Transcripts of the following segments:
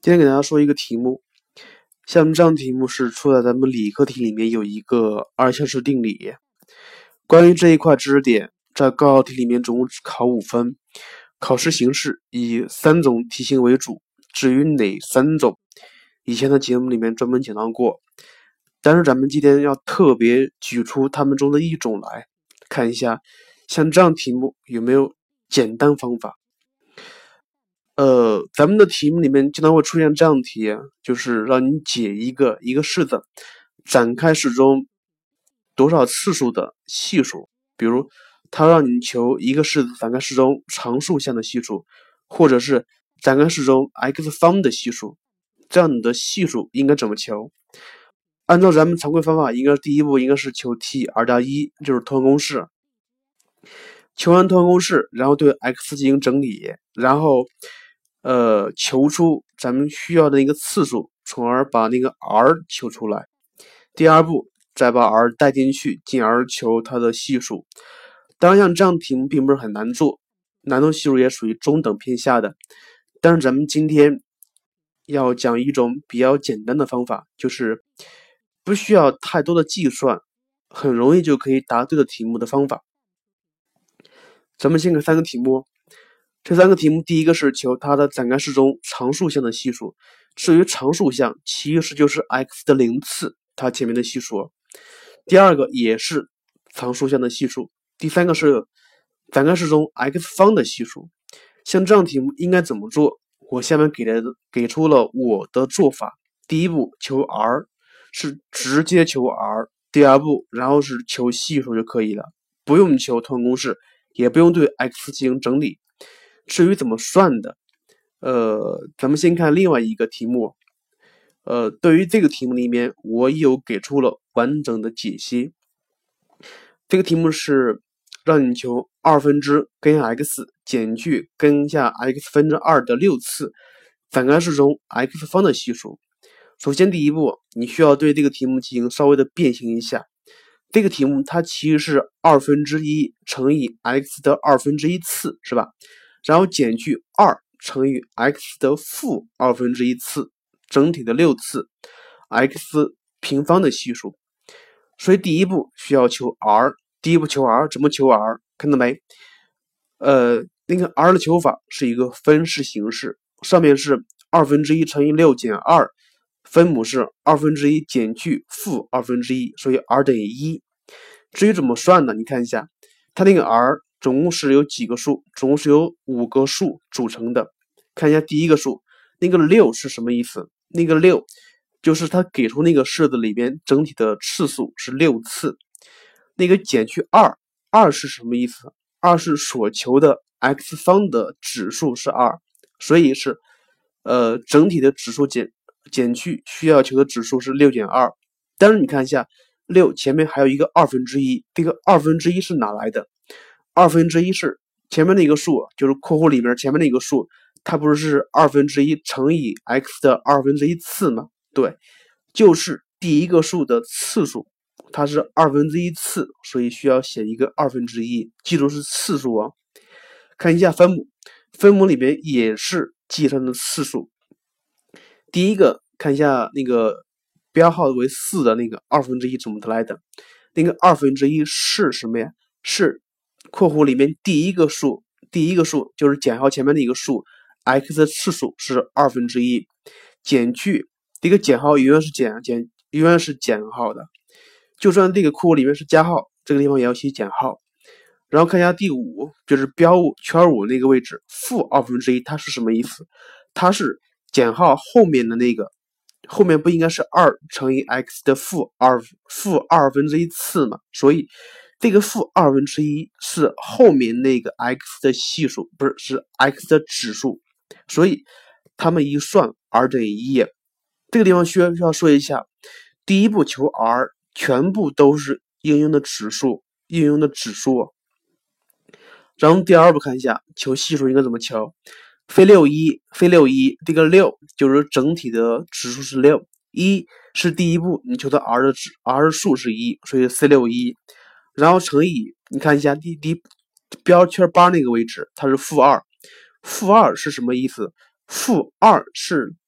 今天给大家说一个题目，像这样的题目是出在咱们理科题里面有一个二项式定理。关于这一块知识点，在高考题里面总共只考5分，考试形式以3种题型为主，至于哪3种，以前的节目里面专门讲到过，但是咱们今天要特别举出它们中的一种来看一下，像这样题目有没有简单方法。咱们的题目里面经常会出现这样的题，就是让你解一个式子，展开式中多少次数的系数。比如它让你求一个式子展开式中常数项的系数，或者是展开式中 x 方的系数，这样你的系数应该怎么求？按照咱们常规方法，第一步应该是求 t2加1，就是脱公式。求完脱公式，然后对 x 进行整理，然后求出咱们需要的那个次数，从而把那个 r 求出来。第二步再把 r 带进去，进而求它的系数。当然像这样的题目并不是很难做，难度系数也属于中等偏下的。但是咱们今天要讲一种比较简单的方法，就是不需要太多的计算，很容易就可以答对的题目的方法。咱们先看3个题目，这3个题目，第一个是求它的展开式中常数项的系数。至于常数项，其实就是 x 的0次，它前面的系数。第二个也是常数项的系数。第三个是展开式中 x 方的系数。像这样题目应该怎么做？我下面给出了我的做法。第一步求 r， 是直接求 r。第二步然后是求系数就可以了，不用求脱公式，也不用对 x 进行整理。至于怎么算的，咱们先看另外一个题目。对于这个题目里面，我有给出了完整的解析。这个题目是让你求2分之根 x 减去根下 x 分之2的6次，展开式中 x 方的系数。首先第一步，你需要对这个题目进行稍微的变形一下。这个题目它其实是2分之1乘以 x 的2分之1次，是吧？然后减去2乘以 x 的负2分之1次，整体的6次 x 平方的系数。所以第一步需要求 r。第一步求 r， 怎么求 r？ 看到没？那个 r 的求法是一个分式形式，上面是2分之1乘以6减2，分母是2分之1减去负2分之1，所以 r 等于1。至于怎么算呢？你看一下，它那个 r 总共是有几个数？总共是由5个数组成的。看一下第一个数，那个6是什么意思？那个6就是它给出那个式子里边整体的次数是6次。那个减去2是什么意思？2是所求的 x 方的指数是2，所以是整体的指数减去需要求的指数是6减2。但是你看一下，6前面还有一个2分之1，这个2分之1是哪来的？2分之1是前面那个数，就是括弧里面前面那个数，它不是2分之1乘以 x 的2分之1次吗？对，就是第一个数的次数，它是2分之1次，所以需要写一个2分之1，记住是次数啊。看一下分母，分母里面也是计算的次数。第一个看一下那个标号为4的那个2分之1怎么得来的？那个2分之1是什么呀？是括弧里面第一个数就是减号前面的一个数 x 的次数是2分之1，减去这个减号永远是减号的，就算这个括弧里面是加号，这个地方也要写减号。然后看一下第5，就是标物圈5那个位置，负2分之1，它是什么意思？它是减号后面的那个，后面不应该是2乘以 x 的负2分之1次吗？所以这个负2分之1是后面那个 x 的系数，不是，是 x 的指数，所以它们一算 r 等于1。这个地方需要说一下，第一步求 r 全部都是应用的指数。然后第二步看一下求系数应该怎么求，非六一，这个6就是整体的指数是6， 1是第一步你求的 r 数是1，所以 C61， 然后乘以你看一下第标圈8那个位置，它是负2，负2是什么意思？负2是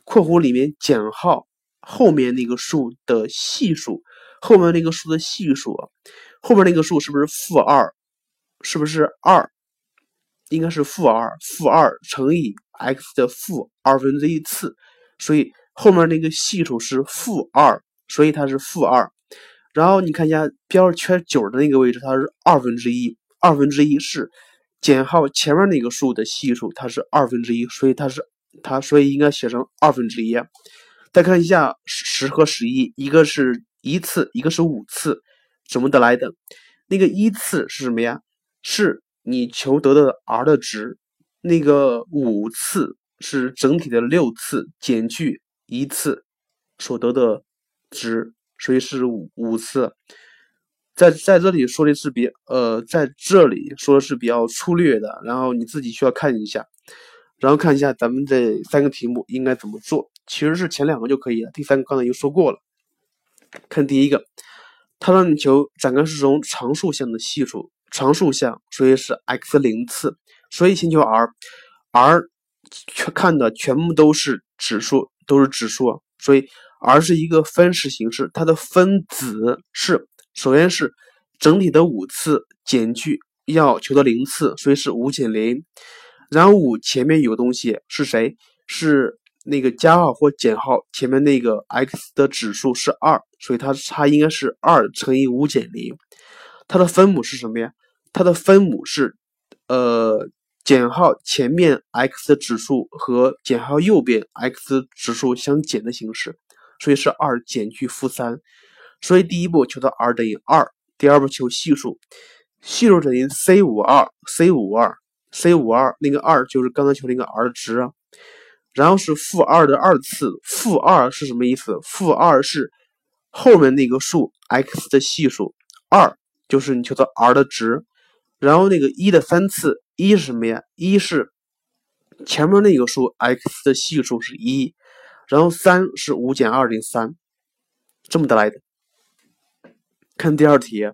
括弧里面减号后面那个数的系数，后面那个数的系数啊，后面那个数是不是-2？是不是2？应该是-2，-2乘以 x 的-1/2次，所以后面那个系数是-2，所以它是-2。然后你看一下标圈9的那个位置，它是1/2，1/2是减号前面那个数的系数，它是1/2，所以应该写成1/2。再看一下10和11，一个是1次，一个是5次，怎么得来的？那个1次是什么呀？是你求得的 r 的值，那个5次是整体的6次减去1次所得的值，所以是5次。在这里说的是在这里说的是比较粗略的，然后你自己需要看一下，然后看一下咱们这3个题目应该怎么做。其实是前2个就可以了，第3个刚才又说过了。看第一个，它让你求展开式中常数项的系数，常数项，所以是 x0次，所以先求 r 看的全部都是指数，所以 r 是一个分式形式，它的分子是首先是整体的5次减去要求的0次，所以是5减0，然后5前面有个东西是谁？是那个加号或减号前面那个 x 的指数是2，所以它应该是2乘以5减0。它的分母是什么呀？它的分母是减号前面 x 的指数和减号右边 x 指数相减的形式，所以是2减去-3。所以第一步求到 r 等于2，第二步求系数，系数等于 c52，那个2就是刚才求那个 r 的值啊。然后是-2的2次，-2是什么意思？-2是后面那个数 x 的系数，2就是你求到 r 的值。然后那个1的3次，1是什么呀？1是前面那个数 x 的系数是1，然后3是5减2等于3，这么得来的。看第二题，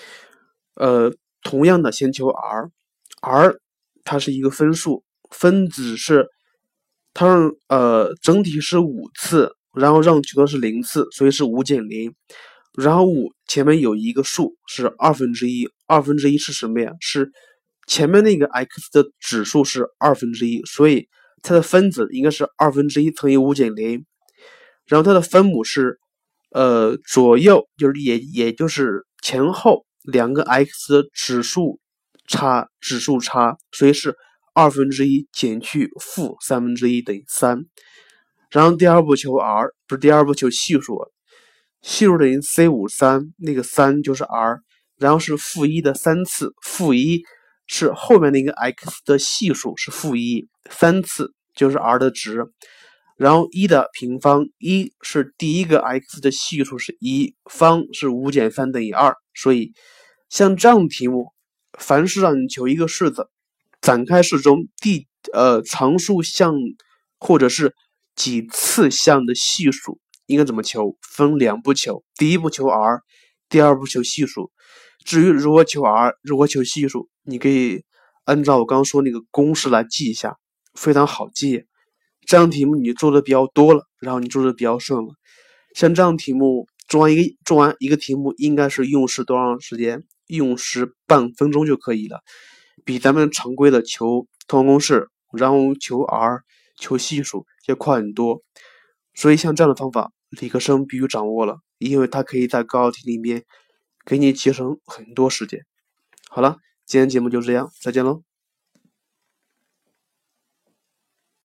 同样的先求 r 它是一个分数，分子是它让整体是5次，然后让求的是0次，所以是5减0。然后5前面有一个数是1/2，1/2是什么呀？是前面那个 x 的指数是1/2，所以它的分子应该是1/2乘以5减0。然后它的分母是左右就是也就是前后两个 x 的指数差，所以是1/2减去-1/3等于3。然后第二步求 r， 不是第二步求系数，系数等于 c53，那个3就是 r， 然后是-1的3次，-1是后面那个 x 的系数是-1， 3次就是 r 的值。然后1的平方，1是第一个 x 的系数是1，方是5减3等于2，所以像这样的题目，凡是让你求一个式子展开式中常数项或者是几次项的系数应该怎么求？分2步求，第一步求 r， 第二步求系数。至于如何求 r， 如何求系数，你可以按照我刚刚说那个公式来记一下，非常好记。这样题目你做的比较多了，然后你做的比较顺了。像这样题目做完一个题目应该是用时多长时间？用时半分钟就可以了，比咱们常规的求通公式，然后求 r、求系数要快很多。所以像这样的方法，理科生必须掌握了，因为它可以在高考题里面给你节省很多时间。好了，今天节目就这样，再见喽。